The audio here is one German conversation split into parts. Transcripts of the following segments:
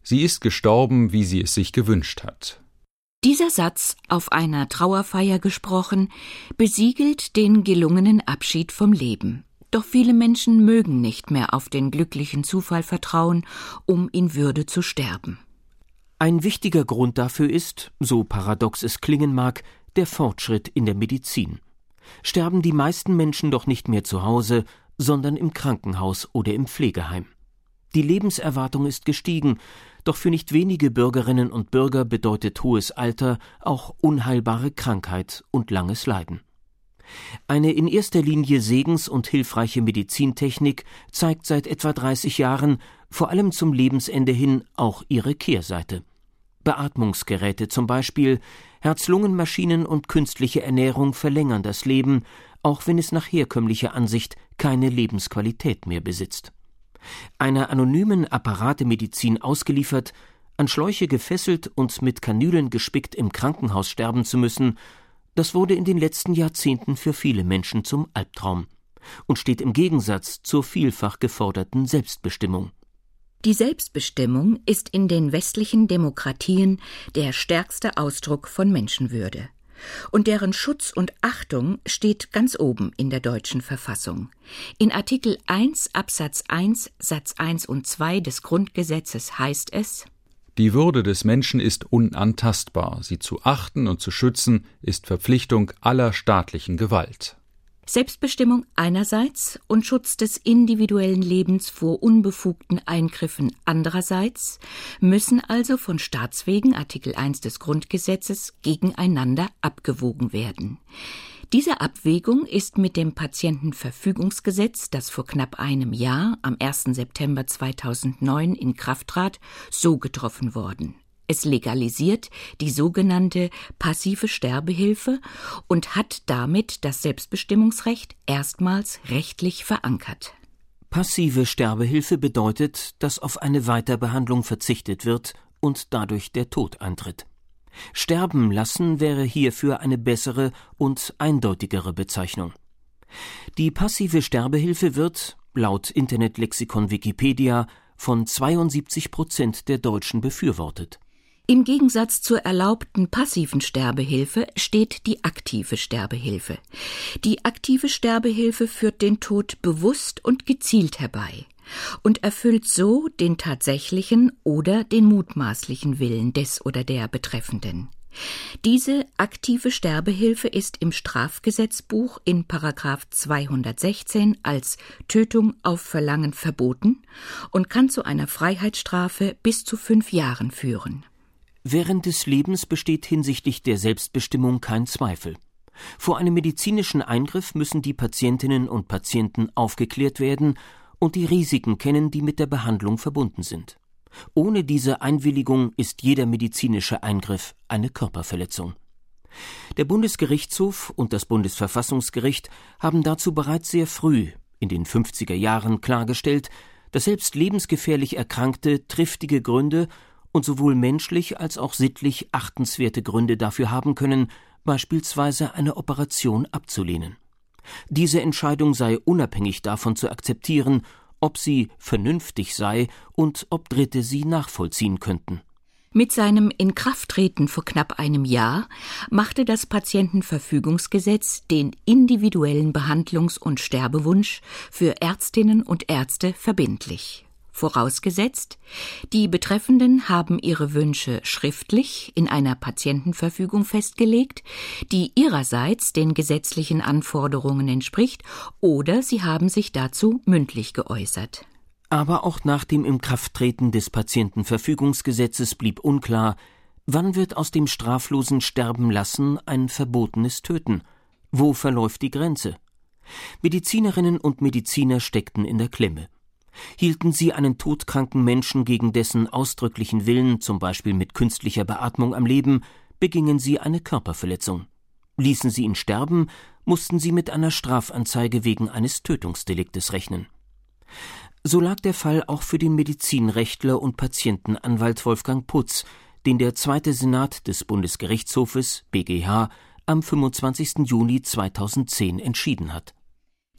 Sie ist gestorben, wie sie es sich gewünscht hat. Dieser Satz, auf einer Trauerfeier gesprochen, besiegelt den gelungenen Abschied vom Leben. Doch viele Menschen mögen nicht mehr auf den glücklichen Zufall vertrauen, um in Würde zu sterben. Ein wichtiger Grund dafür ist, so paradox es klingen mag, der Fortschritt in der Medizin. Sterben die meisten Menschen doch nicht mehr zu Hause, sondern im Krankenhaus oder im Pflegeheim. Die Lebenserwartung ist gestiegen, doch für nicht wenige Bürgerinnen und Bürger bedeutet hohes Alter auch unheilbare Krankheit und langes Leiden. Eine in erster Linie segens- und hilfreiche Medizintechnik zeigt seit etwa 30 Jahren, vor allem zum Lebensende hin, auch ihre Kehrseite. Beatmungsgeräte zum Beispiel, Herz-Lungen-Maschinen und künstliche Ernährung verlängern das Leben, auch wenn es nach herkömmlicher Ansicht keine Lebensqualität mehr besitzt. Einer anonymen Apparatemedizin ausgeliefert, an Schläuche gefesselt und mit Kanülen gespickt im Krankenhaus sterben zu müssen, das wurde in den letzten Jahrzehnten für viele Menschen zum Albtraum und steht im Gegensatz zur vielfach geforderten Selbstbestimmung. Die Selbstbestimmung ist in den westlichen Demokratien der stärkste Ausdruck von Menschenwürde. Und deren Schutz und Achtung steht ganz oben in der deutschen Verfassung. In Artikel 1 Absatz 1 Satz 1 und 2 des Grundgesetzes heißt es: Die Würde des Menschen ist unantastbar. Sie zu achten und zu schützen, ist Verpflichtung aller staatlichen Gewalt. Selbstbestimmung einerseits und Schutz des individuellen Lebens vor unbefugten Eingriffen andererseits müssen also von Staatswegen, Artikel 1 des Grundgesetzes, gegeneinander abgewogen werden. Diese Abwägung ist mit dem Patientenverfügungsgesetz, das vor knapp einem Jahr, am 1. September 2009 in Kraft trat, so getroffen worden. Es legalisiert die sogenannte passive Sterbehilfe und hat damit das Selbstbestimmungsrecht erstmals rechtlich verankert. Passive Sterbehilfe bedeutet, dass auf eine Weiterbehandlung verzichtet wird und dadurch der Tod eintritt. Sterben lassen wäre hierfür eine bessere und eindeutigere Bezeichnung. Die passive Sterbehilfe wird, laut Internetlexikon Wikipedia, von 72% der Deutschen befürwortet. Im Gegensatz zur erlaubten passiven Sterbehilfe steht die aktive Sterbehilfe. Die aktive Sterbehilfe führt den Tod bewusst und gezielt herbei und erfüllt so den tatsächlichen oder den mutmaßlichen Willen des oder der Betreffenden. Diese aktive Sterbehilfe ist im Strafgesetzbuch in § 216 als Tötung auf Verlangen verboten und kann zu einer Freiheitsstrafe bis zu 5 Jahren führen. Während des Lebens besteht hinsichtlich der Selbstbestimmung kein Zweifel. Vor einem medizinischen Eingriff müssen die Patientinnen und Patienten aufgeklärt werden und die Risiken kennen, die mit der Behandlung verbunden sind. Ohne diese Einwilligung ist jeder medizinische Eingriff eine Körperverletzung. Der Bundesgerichtshof und das Bundesverfassungsgericht haben dazu bereits sehr früh, in den 50er Jahren, klargestellt, dass selbst lebensgefährlich Erkrankte triftige Gründe und sowohl menschlich als auch sittlich achtenswerte Gründe dafür haben können, beispielsweise eine Operation abzulehnen. Diese Entscheidung sei unabhängig davon zu akzeptieren, ob sie vernünftig sei und ob Dritte sie nachvollziehen könnten. Mit seinem Inkrafttreten vor knapp einem Jahr machte das Patientenverfügungsgesetz den individuellen Behandlungs- und Sterbewunsch für Ärztinnen und Ärzte verbindlich. Vorausgesetzt, die Betreffenden haben ihre Wünsche schriftlich in einer Patientenverfügung festgelegt, die ihrerseits den gesetzlichen Anforderungen entspricht, oder sie haben sich dazu mündlich geäußert. Aber auch nach dem Inkrafttreten des Patientenverfügungsgesetzes blieb unklar, wann wird aus dem straflosen Sterben lassen ein verbotenes Töten? Wo verläuft die Grenze? Medizinerinnen und Mediziner steckten in der Klemme. Hielten sie einen todkranken Menschen gegen dessen ausdrücklichen Willen, zum Beispiel mit künstlicher Beatmung, am Leben, begingen sie eine Körperverletzung. Ließen sie ihn sterben, mussten sie mit einer Strafanzeige wegen eines Tötungsdeliktes rechnen. So lag der Fall auch für den Medizinrechtler und Patientenanwalt Wolfgang Putz, den der Zweite Senat des Bundesgerichtshofes, BGH, am 25. Juni 2010 entschieden hat.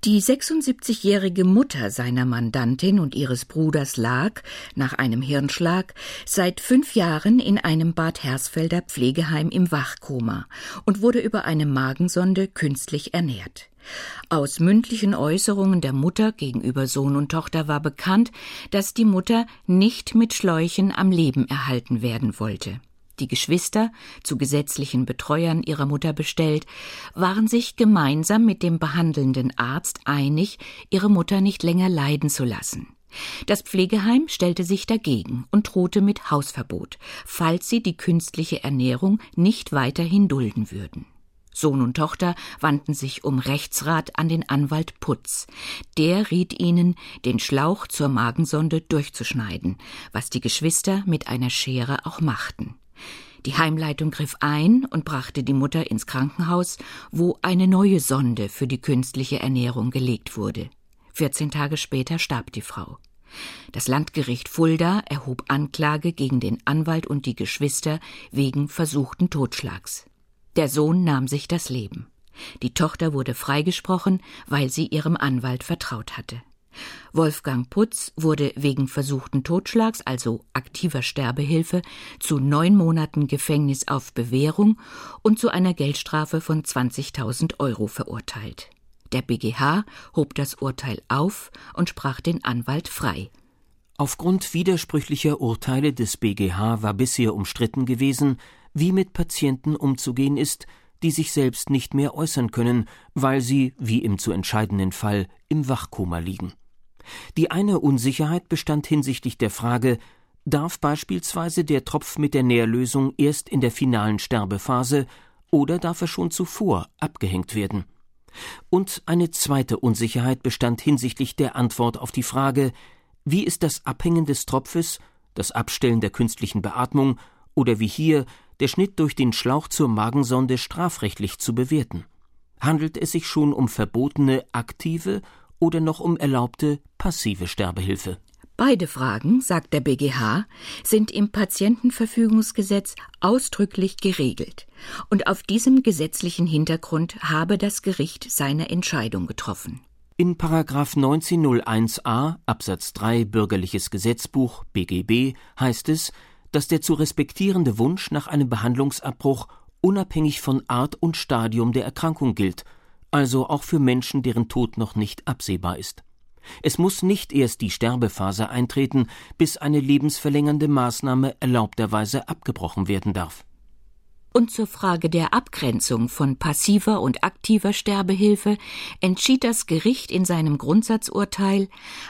Die 76-jährige Mutter seiner Mandantin und ihres Bruders lag, nach einem Hirnschlag, seit 5 Jahren in einem Bad Hersfelder Pflegeheim im Wachkoma und wurde über eine Magensonde künstlich ernährt. Aus mündlichen Äußerungen der Mutter gegenüber Sohn und Tochter war bekannt, dass die Mutter nicht mit Schläuchen am Leben erhalten werden wollte. Die Geschwister, zu gesetzlichen Betreuern ihrer Mutter bestellt, waren sich gemeinsam mit dem behandelnden Arzt einig, ihre Mutter nicht länger leiden zu lassen. Das Pflegeheim stellte sich dagegen und drohte mit Hausverbot, falls sie die künstliche Ernährung nicht weiterhin dulden würden. Sohn und Tochter wandten sich um Rechtsrat an den Anwalt Putz. Der riet ihnen, den Schlauch zur Magensonde durchzuschneiden, was die Geschwister mit einer Schere auch machten. Die Heimleitung griff ein und brachte die Mutter ins Krankenhaus, wo eine neue Sonde für die künstliche Ernährung gelegt wurde. 14 Tage später starb die Frau. Das Landgericht Fulda erhob Anklage gegen den Anwalt und die Geschwister wegen versuchten Totschlags. Der Sohn nahm sich das Leben. Die Tochter wurde freigesprochen, weil sie ihrem Anwalt vertraut hatte. Wolfgang Putz wurde wegen versuchten Totschlags, also aktiver Sterbehilfe, zu 9 Monaten Gefängnis auf Bewährung und zu einer Geldstrafe von 20.000 € verurteilt. Der BgH hob das Urteil auf und sprach den Anwalt frei. Aufgrund widersprüchlicher Urteile des BgH war bisher umstritten gewesen, wie mit Patienten umzugehen ist, die sich selbst nicht mehr äußern können, weil sie, wie im zu entscheidenden Fall, im Wachkoma liegen. Die eine Unsicherheit bestand hinsichtlich der Frage, darf beispielsweise der Tropf mit der Nährlösung erst in der finalen Sterbephase oder darf er schon zuvor abgehängt werden? Und eine zweite Unsicherheit bestand hinsichtlich der Antwort auf die Frage, wie ist das Abhängen des Tropfes, das Abstellen der künstlichen Beatmung oder wie hier der Schnitt durch den Schlauch zur Magensonde strafrechtlich zu bewerten? Handelt es sich schon um verbotene aktive oder noch um erlaubte passive Sterbehilfe? Beide Fragen, sagt der BgH, sind im Patientenverfügungsgesetz ausdrücklich geregelt. Und auf diesem gesetzlichen Hintergrund habe das Gericht seine Entscheidung getroffen. In § 1901a Absatz 3 Bürgerliches Gesetzbuch BGB heißt es, dass der zu respektierende Wunsch nach einem Behandlungsabbruch unabhängig von Art und Stadium der Erkrankung gilt, also auch für Menschen, deren Tod noch nicht absehbar ist. Es muss nicht erst die Sterbephase eintreten, bis eine lebensverlängernde Maßnahme erlaubterweise abgebrochen werden darf. Und zur Frage der Abgrenzung von passiver und aktiver Sterbehilfe entschied das Gericht in seinem Grundsatzurteil,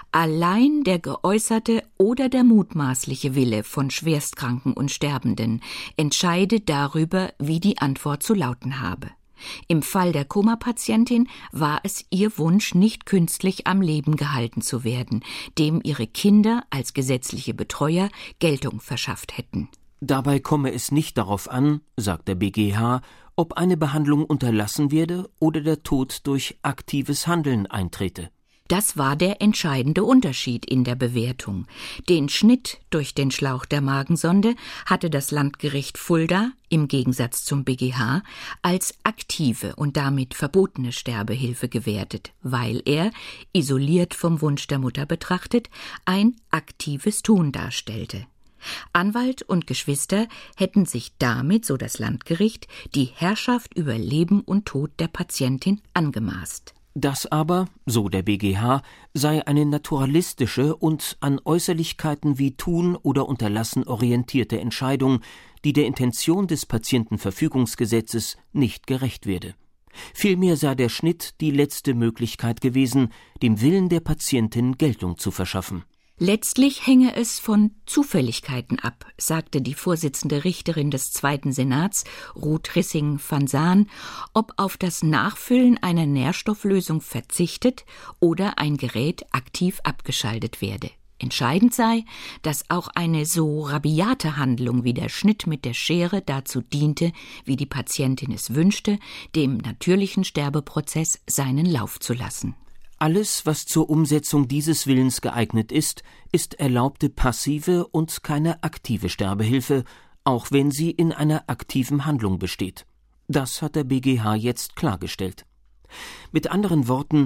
allein der geäußerte oder der mutmaßliche Wille von Schwerstkranken und Sterbenden entscheide darüber, wie die Antwort zu lauten habe. Im Fall der Koma-Patientin war es ihr Wunsch, nicht künstlich am Leben gehalten zu werden, dem ihre Kinder als gesetzliche Betreuer Geltung verschafft hätten. Dabei komme es nicht darauf an, sagt der BgH, ob eine Behandlung unterlassen werde oder der Tod durch aktives Handeln eintrete. Das war der entscheidende Unterschied in der Bewertung. Den Schnitt durch den Schlauch der Magensonde hatte das Landgericht Fulda, im Gegensatz zum BgH, als aktive und damit verbotene Sterbehilfe gewertet, weil er, isoliert vom Wunsch der Mutter betrachtet, ein aktives Tun darstellte. Anwalt und Geschwister hätten sich damit, so das Landgericht, die Herrschaft über Leben und Tod der Patientin angemaßt. Das aber, so der BgH, sei eine naturalistische und an Äußerlichkeiten wie Tun oder Unterlassen orientierte Entscheidung, die der Intention des Patientenverfügungsgesetzes nicht gerecht werde. Vielmehr sei der Schnitt die letzte Möglichkeit gewesen, dem Willen der Patientin Geltung zu verschaffen. Letztlich hänge es von Zufälligkeiten ab, sagte die Vorsitzende Richterin des Zweiten Senats, Ruth Rissing-van Saan, ob auf das Nachfüllen einer Nährstofflösung verzichtet oder ein Gerät aktiv abgeschaltet werde. Entscheidend sei, dass auch eine so rabiate Handlung wie der Schnitt mit der Schere dazu diente, wie die Patientin es wünschte, dem natürlichen Sterbeprozess seinen Lauf zu lassen. Alles, was zur Umsetzung dieses Willens geeignet ist, ist erlaubte passive und keine aktive Sterbehilfe, auch wenn sie in einer aktiven Handlung besteht. Das hat der BgH jetzt klargestellt. Mit anderen Worten,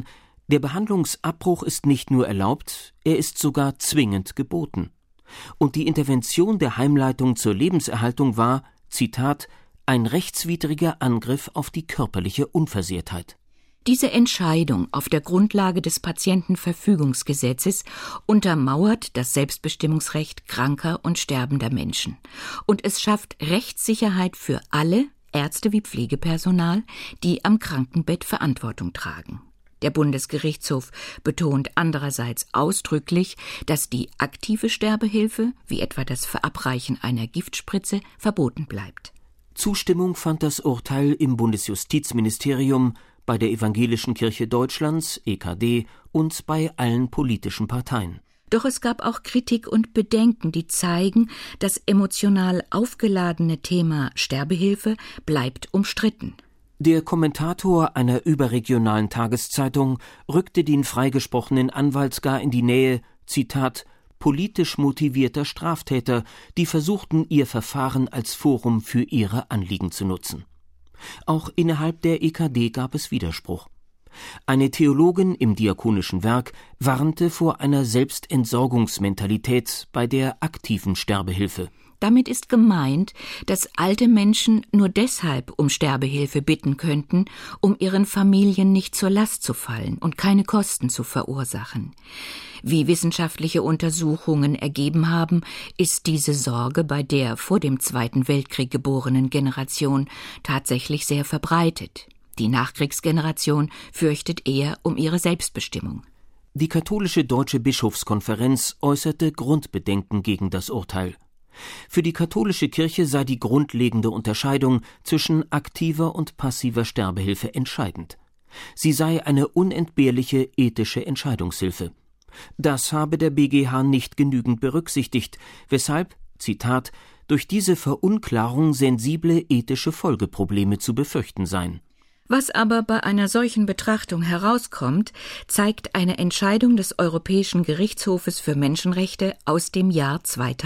Der Behandlungsabbruch ist nicht nur erlaubt, er ist sogar zwingend geboten. Und die Intervention der Heimleitung zur Lebenserhaltung war, Zitat, ein rechtswidriger Angriff auf die körperliche Unversehrtheit. Diese Entscheidung auf der Grundlage des Patientenverfügungsgesetzes untermauert das Selbstbestimmungsrecht kranker und sterbender Menschen. Und es schafft Rechtssicherheit für alle, Ärzte wie Pflegepersonal, die am Krankenbett Verantwortung tragen. Der Bundesgerichtshof betont andererseits ausdrücklich, dass die aktive Sterbehilfe, wie etwa das Verabreichen einer Giftspritze, verboten bleibt. Zustimmung fand das Urteil im Bundesjustizministerium, bei der Evangelischen Kirche Deutschlands, EKD, und bei allen politischen Parteien. Doch es gab auch Kritik und Bedenken, die zeigen, das emotional aufgeladene Thema Sterbehilfe bleibt umstritten. Der Kommentator einer überregionalen Tageszeitung rückte den freigesprochenen Anwalt gar in die Nähe, Zitat, politisch motivierter Straftäter, die versuchten, ihr Verfahren als Forum für ihre Anliegen zu nutzen. Auch innerhalb der EKD gab es Widerspruch. Eine Theologin im Diakonischen Werk warnte vor einer Selbstentsorgungsmentalität bei der aktiven Sterbehilfe. Damit ist gemeint, dass alte Menschen nur deshalb um Sterbehilfe bitten könnten, um ihren Familien nicht zur Last zu fallen und keine Kosten zu verursachen. Wie wissenschaftliche Untersuchungen ergeben haben, ist diese Sorge bei der vor dem Zweiten Weltkrieg geborenen Generation tatsächlich sehr verbreitet. Die Nachkriegsgeneration fürchtet eher um ihre Selbstbestimmung. Die katholische Deutsche Bischofskonferenz äußerte Grundbedenken gegen das Urteil. Für die katholische Kirche sei die grundlegende Unterscheidung zwischen aktiver und passiver Sterbehilfe entscheidend. Sie sei eine unentbehrliche ethische Entscheidungshilfe. Das habe der BGH nicht genügend berücksichtigt, weshalb, Zitat, durch diese Verunklarung sensible ethische Folgeprobleme zu befürchten seien. Was aber bei einer solchen Betrachtung herauskommt, zeigt eine Entscheidung des Europäischen Gerichtshofes für Menschenrechte aus dem Jahr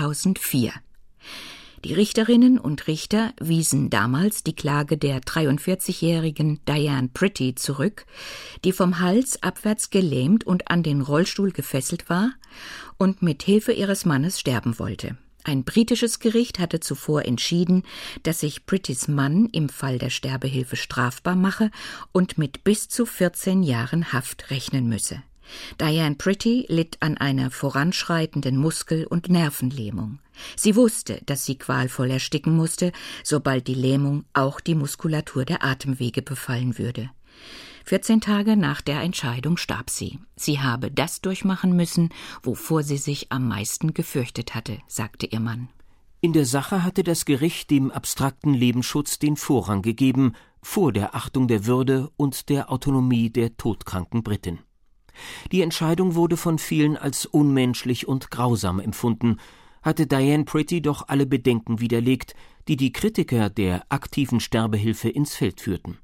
2004. Die Richterinnen und Richter wiesen damals die Klage der 43-jährigen Diane Pretty zurück, die vom Hals abwärts gelähmt und an den Rollstuhl gefesselt war und mit Hilfe ihres Mannes sterben wollte. Ein britisches Gericht hatte zuvor entschieden, dass sich Prettys Mann im Fall der Sterbehilfe strafbar mache und mit bis zu 14 Jahren Haft rechnen müsse. Diane Pretty litt an einer voranschreitenden Muskel- und Nervenlähmung. Sie wusste, dass sie qualvoll ersticken musste, sobald die Lähmung auch die Muskulatur der Atemwege befallen würde. 14 Tage nach der Entscheidung starb sie. Sie habe das durchmachen müssen, wovor sie sich am meisten gefürchtet hatte, sagte ihr Mann. In der Sache hatte das Gericht dem abstrakten Lebensschutz den Vorrang gegeben, vor der Achtung der Würde und der Autonomie der todkranken Britin. Die Entscheidung wurde von vielen als unmenschlich und grausam empfunden, hatte Diane Pretty doch alle Bedenken widerlegt, die die Kritiker der aktiven Sterbehilfe ins Feld führten.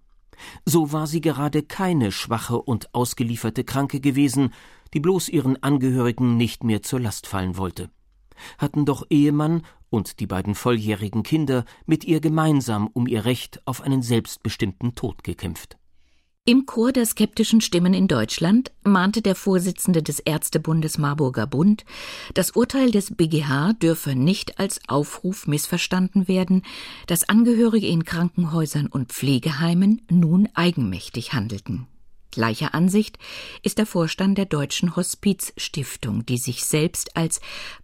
So war sie gerade keine schwache und ausgelieferte Kranke gewesen, die bloß ihren Angehörigen nicht mehr zur Last fallen wollte. Hatten doch Ehemann und die beiden volljährigen Kinder mit ihr gemeinsam um ihr Recht auf einen selbstbestimmten Tod gekämpft. Im Chor der skeptischen Stimmen in Deutschland mahnte der Vorsitzende des Ärztebundes Marburger Bund, das Urteil des BGH dürfe nicht als Aufruf missverstanden werden, dass Angehörige in Krankenhäusern und Pflegeheimen nun eigenmächtig handelten. Gleicher Ansicht ist der Vorstand der Deutschen Hospizstiftung, die sich selbst als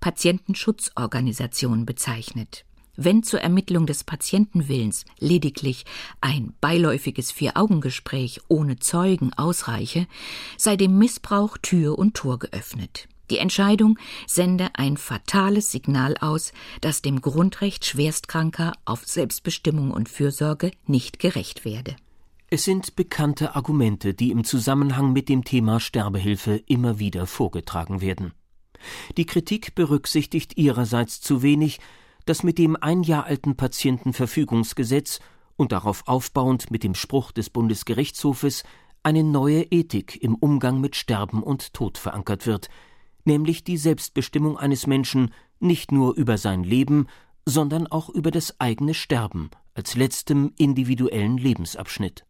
Patientenschutzorganisation bezeichnet. Wenn zur Ermittlung des Patientenwillens lediglich ein beiläufiges Vier-Augen-Gespräch ohne Zeugen ausreiche, sei dem Missbrauch Tür und Tor geöffnet. Die Entscheidung sende ein fatales Signal aus, das dem Grundrecht Schwerstkranker auf Selbstbestimmung und Fürsorge nicht gerecht werde. Es sind bekannte Argumente, die im Zusammenhang mit dem Thema Sterbehilfe immer wieder vorgetragen werden. Die Kritik berücksichtigt ihrerseits zu wenig, dass mit dem 1 Jahr alten Patientenverfügungsgesetz und darauf aufbauend mit dem Spruch des Bundesgerichtshofes eine neue Ethik im Umgang mit Sterben und Tod verankert wird, nämlich die Selbstbestimmung eines Menschen nicht nur über sein Leben, sondern auch über das eigene Sterben als letztem individuellen Lebensabschnitt.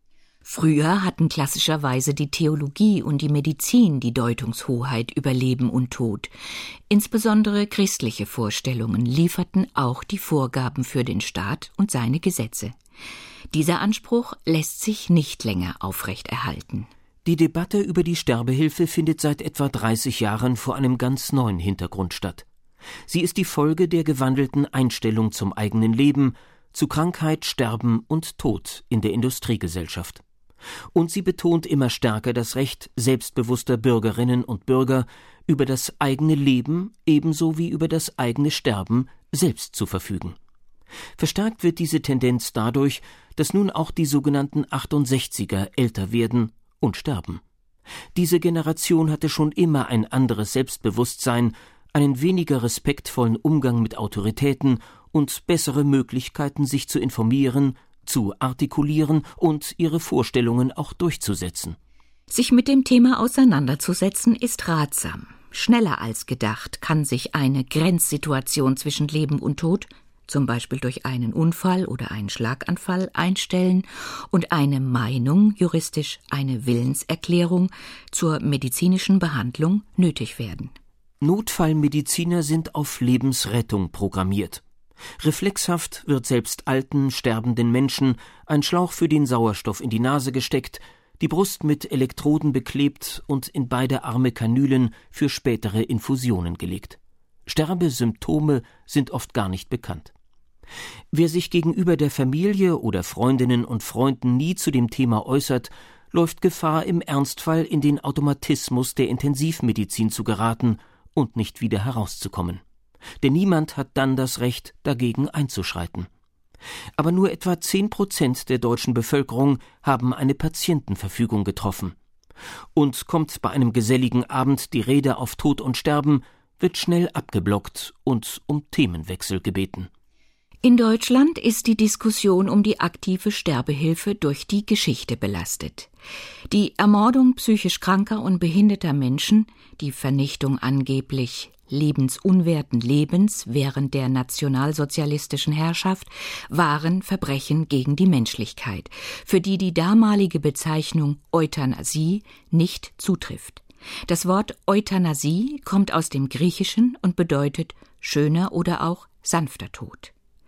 Früher hatten klassischerweise die Theologie und die Medizin die Deutungshoheit über Leben und Tod. Insbesondere christliche Vorstellungen lieferten auch die Vorgaben für den Staat und seine Gesetze. Dieser Anspruch lässt sich nicht länger aufrechterhalten. Die Debatte über die Sterbehilfe findet seit etwa 30 Jahren vor einem ganz neuen Hintergrund statt. Sie ist die Folge der gewandelten Einstellung zum eigenen Leben, zu Krankheit, Sterben und Tod in der Industriegesellschaft. Und sie betont immer stärker das Recht selbstbewusster Bürgerinnen und Bürger, über das eigene Leben ebenso wie über das eigene Sterben selbst zu verfügen. Verstärkt wird diese Tendenz dadurch, dass nun auch die sogenannten 68er älter werden und sterben. Diese Generation hatte schon immer ein anderes Selbstbewusstsein, einen weniger respektvollen Umgang mit Autoritäten und bessere Möglichkeiten, sich zu informieren, zu artikulieren und ihre Vorstellungen auch durchzusetzen. Sich mit dem Thema auseinanderzusetzen ist ratsam. Schneller als gedacht kann sich eine Grenzsituation zwischen Leben und Tod, zum Beispiel durch einen Unfall oder einen Schlaganfall, einstellen und eine Meinung, juristisch eine Willenserklärung, zur medizinischen Behandlung nötig werden. Notfallmediziner sind auf Lebensrettung programmiert. Reflexhaft wird selbst alten, sterbenden Menschen ein Schlauch für den Sauerstoff in die Nase gesteckt, die Brust mit Elektroden beklebt und in beide Arme Kanülen für spätere Infusionen gelegt. Sterbesymptome sind oft gar nicht bekannt. Wer sich gegenüber der Familie oder Freundinnen und Freunden nie zu dem Thema äußert, läuft Gefahr, im Ernstfall in den Automatismus der Intensivmedizin zu geraten und nicht wieder herauszukommen. Denn niemand hat dann das Recht, dagegen einzuschreiten. Aber nur etwa 10% der deutschen Bevölkerung haben eine Patientenverfügung getroffen. Und kommt bei einem geselligen Abend die Rede auf Tod und Sterben, wird schnell abgeblockt und um Themenwechsel gebeten. In Deutschland ist die Diskussion um die aktive Sterbehilfe durch die Geschichte belastet. Die Ermordung psychisch kranker und behinderter Menschen, die Vernichtung angeblich lebensunwerten Lebens während der nationalsozialistischen Herrschaft waren Verbrechen gegen die Menschlichkeit, für die die damalige Bezeichnung Euthanasie nicht zutrifft. Das Wort Euthanasie kommt aus dem Griechischen und bedeutet schöner oder auch sanfter Tod.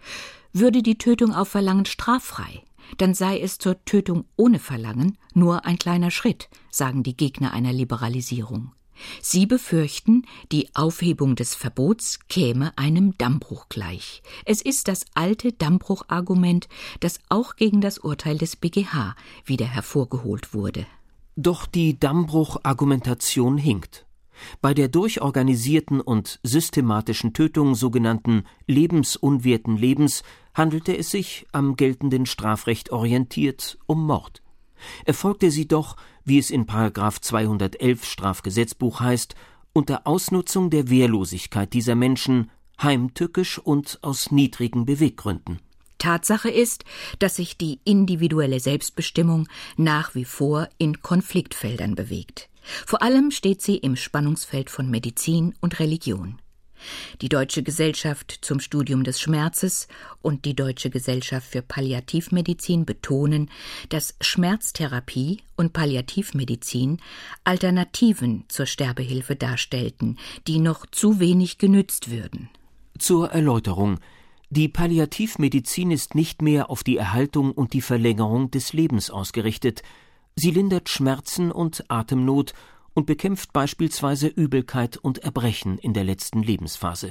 Würde die Tötung auf Verlangen straffrei, dann sei es zur Tötung ohne Verlangen nur ein kleiner Schritt, sagen die Gegner einer Liberalisierung. Sie befürchten, die Aufhebung des Verbots käme einem Dammbruch gleich. Es ist das alte Dammbruchargument, das auch gegen das Urteil des BGH wieder hervorgeholt wurde. Doch die Dammbruch-Argumentation hinkt. Bei der durchorganisierten und systematischen Tötung sogenannten lebensunwerten Lebens handelte es sich, am geltenden Strafrecht orientiert, um Mord. Erfolgte sie doch, wie es in § 211 Strafgesetzbuch heißt, unter Ausnutzung der Wehrlosigkeit dieser Menschen, heimtückisch und aus niedrigen Beweggründen. Tatsache ist, dass sich die individuelle Selbstbestimmung nach wie vor in Konfliktfeldern bewegt. Vor allem steht sie im Spannungsfeld von Medizin und Religion. Die Deutsche Gesellschaft zum Studium des Schmerzes und die Deutsche Gesellschaft für Palliativmedizin betonen, dass Schmerztherapie und Palliativmedizin Alternativen zur Sterbehilfe darstellten, die noch zu wenig genützt würden. Zur Erläuterung: Die Palliativmedizin ist nicht mehr auf die Erhaltung und die Verlängerung des Lebens ausgerichtet. Sie lindert Schmerzen und Atemnot und bekämpft beispielsweise Übelkeit und Erbrechen in der letzten Lebensphase.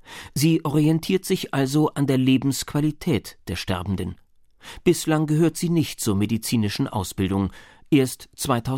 Sie orientiert sich also an der Lebensqualität der Sterbenden. Bislang gehört sie nicht zur medizinischen Ausbildung. Erst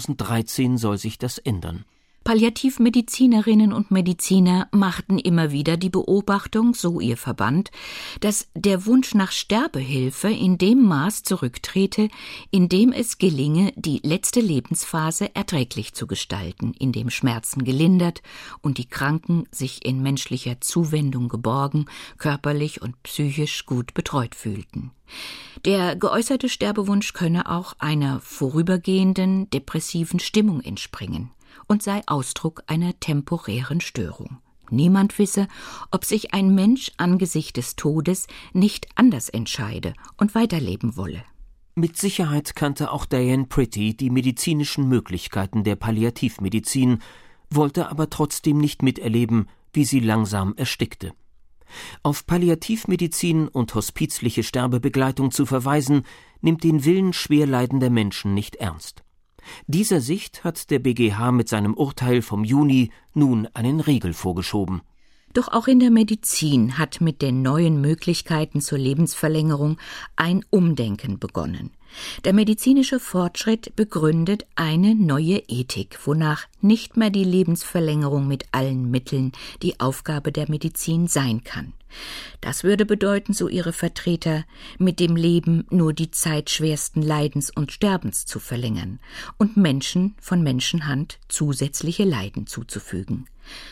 2013 soll sich das ändern. Palliativmedizinerinnen und Mediziner machten immer wieder die Beobachtung, so ihr Verband, dass der Wunsch nach Sterbehilfe in dem Maß zurücktrete, in dem es gelinge, die letzte Lebensphase erträglich zu gestalten, in dem Schmerzen gelindert und die Kranken sich in menschlicher Zuwendung geborgen, körperlich und psychisch gut betreut fühlten. Der geäußerte Sterbewunsch könne auch einer vorübergehenden depressiven Stimmung entspringen und sei Ausdruck einer temporären Störung. Niemand wisse, ob sich ein Mensch angesichts des Todes nicht anders entscheide und weiterleben wolle. Mit Sicherheit kannte auch Diane Pretty die medizinischen Möglichkeiten der Palliativmedizin, wollte aber trotzdem nicht miterleben, wie sie langsam erstickte. Auf Palliativmedizin und hospizliche Sterbebegleitung zu verweisen, nimmt den Willen schwer leidender Menschen nicht ernst. Dieser Sicht hat der BgH mit seinem Urteil vom Juni nun einen Riegel vorgeschoben. Doch auch in der Medizin hat mit den neuen Möglichkeiten zur Lebensverlängerung ein Umdenken begonnen. Der medizinische Fortschritt begründet eine neue Ethik, wonach nicht mehr die Lebensverlängerung mit allen Mitteln die Aufgabe der Medizin sein kann. Das würde bedeuten, so ihre Vertreter, mit dem Leben nur die Zeit schwersten Leidens und Sterbens zu verlängern und Menschen von Menschenhand zusätzliche Leiden zuzufügen.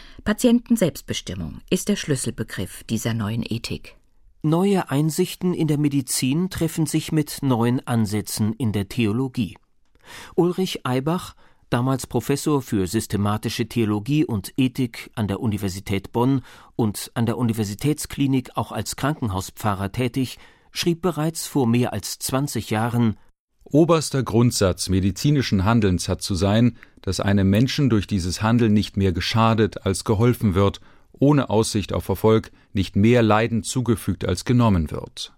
Patientenselbstbestimmung ist der Schlüsselbegriff dieser neuen Ethik. Neue Einsichten in der Medizin treffen sich mit neuen Ansätzen in der Theologie. Ulrich Eibach, damals Professor für systematische Theologie und Ethik an der Universität Bonn und an der Universitätsklinik auch als Krankenhauspfarrer tätig, schrieb bereits vor mehr als 20 Jahren: Oberster Grundsatz medizinischen Handelns hat zu sein, dass einem Menschen durch dieses Handeln nicht mehr geschadet als geholfen wird, ohne Aussicht auf Erfolg nicht mehr Leiden zugefügt als genommen wird.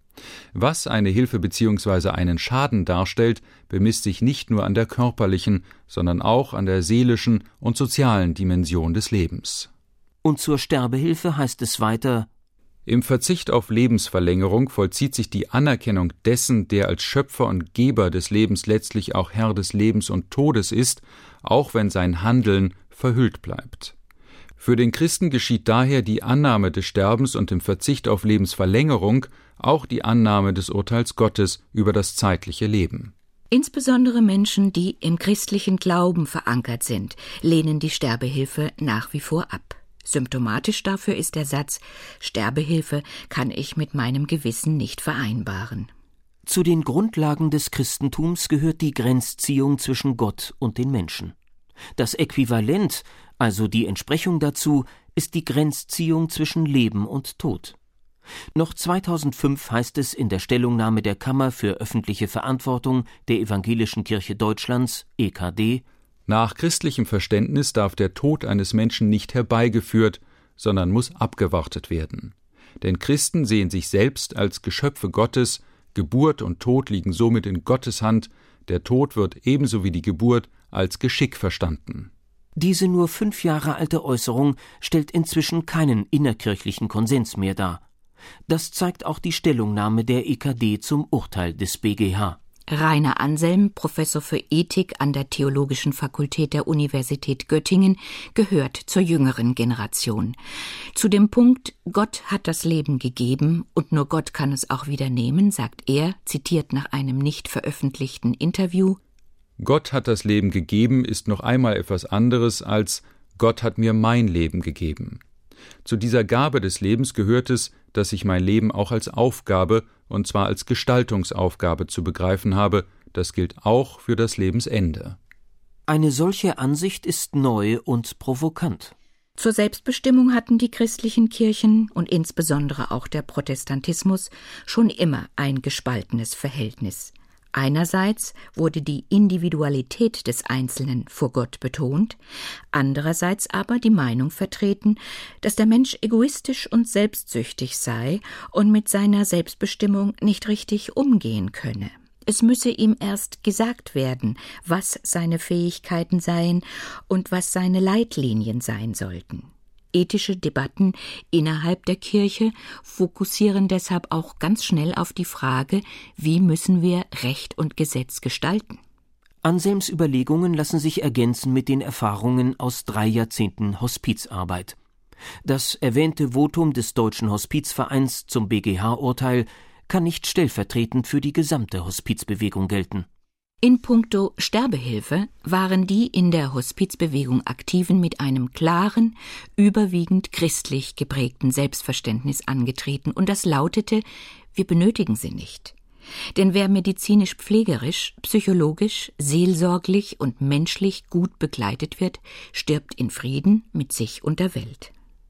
Was eine Hilfe bzw. einen Schaden darstellt, bemisst sich nicht nur an der körperlichen, sondern auch an der seelischen und sozialen Dimension des Lebens. Und zur Sterbehilfe heißt es weiter: Im Verzicht auf Lebensverlängerung vollzieht sich die Anerkennung dessen, der als Schöpfer und Geber des Lebens letztlich auch Herr des Lebens und Todes ist, auch wenn sein Handeln verhüllt bleibt. Für den Christen geschieht daher die Annahme des Sterbens und im Verzicht auf Lebensverlängerung auch die Annahme des Urteils Gottes über das zeitliche Leben. Insbesondere Menschen, die im christlichen Glauben verankert sind, lehnen die Sterbehilfe nach wie vor ab. Symptomatisch dafür ist der Satz: Sterbehilfe kann ich mit meinem Gewissen nicht vereinbaren. Zu den Grundlagen des Christentums gehört die Grenzziehung zwischen Gott und den Menschen. Das Äquivalent, also die Entsprechung dazu, ist die Grenzziehung zwischen Leben und Tod. Noch 2005 heißt es in der Stellungnahme der Kammer für öffentliche Verantwortung der Evangelischen Kirche Deutschlands, EKD: Nach christlichem Verständnis darf der Tod eines Menschen nicht herbeigeführt, sondern muss abgewartet werden. Denn Christen sehen sich selbst als Geschöpfe Gottes, Geburt und Tod liegen somit in Gottes Hand, der Tod wird ebenso wie die Geburt als Geschick verstanden. Diese nur 5 Jahre alte Äußerung stellt inzwischen keinen innerkirchlichen Konsens mehr dar. Das zeigt auch die Stellungnahme der EKD zum Urteil des BgH. Rainer Anselm, Professor für Ethik an der Theologischen Fakultät der Universität Göttingen, gehört zur jüngeren Generation. Zu dem Punkt, Gott hat das Leben gegeben und nur Gott kann es auch wieder nehmen, sagt er, zitiert nach einem nicht veröffentlichten Interview: Gott hat das Leben gegeben ist noch einmal etwas anderes als Gott hat mir mein Leben gegeben. Zu dieser Gabe des Lebens gehört es, dass ich mein Leben auch als Aufgabe, und zwar als Gestaltungsaufgabe zu begreifen habe. Das gilt auch für das Lebensende. Eine solche Ansicht ist neu und provokant. Zur Selbstbestimmung hatten die christlichen Kirchen und insbesondere auch der Protestantismus schon immer ein gespaltenes Verhältnis. Einerseits wurde die Individualität des Einzelnen vor Gott betont, andererseits aber die Meinung vertreten, dass der Mensch egoistisch und selbstsüchtig sei und mit seiner Selbstbestimmung nicht richtig umgehen könne. Es müsse ihm erst gesagt werden, was seine Fähigkeiten seien und was seine Leitlinien sein sollten. Ethische Debatten innerhalb der Kirche fokussieren deshalb auch ganz schnell auf die Frage, wie müssen wir Recht und Gesetz gestalten? Anselms Überlegungen lassen sich ergänzen mit den Erfahrungen aus 3 Jahrzehnten Hospizarbeit. Das erwähnte Votum des Deutschen Hospizvereins zum BgH-Urteil kann nicht stellvertretend für die gesamte Hospizbewegung gelten. In puncto Sterbehilfe waren die in der Hospizbewegung Aktiven mit einem klaren, überwiegend christlich geprägten Selbstverständnis angetreten, und das lautete: Wir benötigen sie nicht. Denn wer medizinisch-pflegerisch, psychologisch, seelsorglich und menschlich gut begleitet wird, stirbt in Frieden mit sich und der Welt.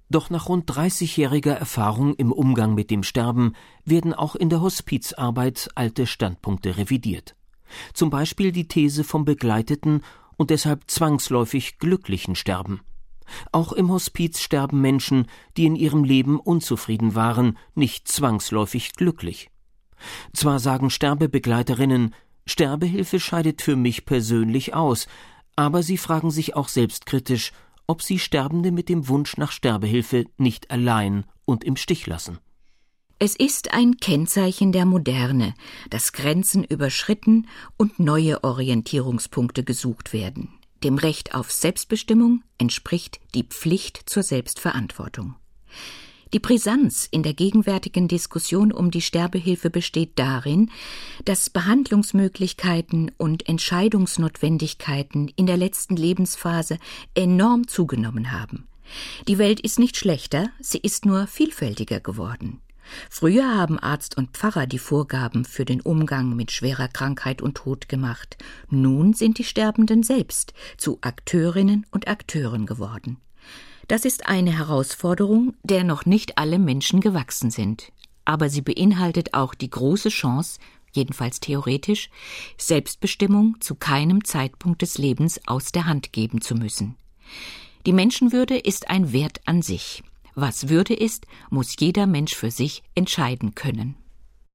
Doch nach rund 30-jähriger Erfahrung im Umgang mit dem Sterben werden auch in der Hospizarbeit alte Standpunkte revidiert. Zum Beispiel die These vom begleiteten und deshalb zwangsläufig glücklichen Sterben. Auch im Hospiz sterben Menschen, die in ihrem Leben unzufrieden waren, nicht zwangsläufig glücklich. Zwar sagen Sterbebegleiterinnen, Sterbehilfe scheidet für mich persönlich aus, aber sie fragen sich auch selbstkritisch, ob sie Sterbende mit dem Wunsch nach Sterbehilfe nicht allein und im Stich lassen. Es ist ein Kennzeichen der Moderne, dass Grenzen überschritten und neue Orientierungspunkte gesucht werden. Dem Recht auf Selbstbestimmung entspricht die Pflicht zur Selbstverantwortung. Die Brisanz in der gegenwärtigen Diskussion um die Sterbehilfe besteht darin, dass Behandlungsmöglichkeiten und Entscheidungsnotwendigkeiten in der letzten Lebensphase enorm zugenommen haben. Die Welt ist nicht schlechter, sie ist nur vielfältiger geworden. Früher haben Arzt und Pfarrer die Vorgaben für den Umgang mit schwerer Krankheit und Tod gemacht. Nun sind die Sterbenden selbst zu Akteurinnen und Akteuren geworden. Das ist eine Herausforderung, der noch nicht alle Menschen gewachsen sind. Aber sie beinhaltet auch die große Chance, jedenfalls theoretisch, Selbstbestimmung zu keinem Zeitpunkt des Lebens aus der Hand geben zu müssen. Die Menschenwürde ist ein Wert an sich. Was Würde ist, muss jeder Mensch für sich entscheiden können.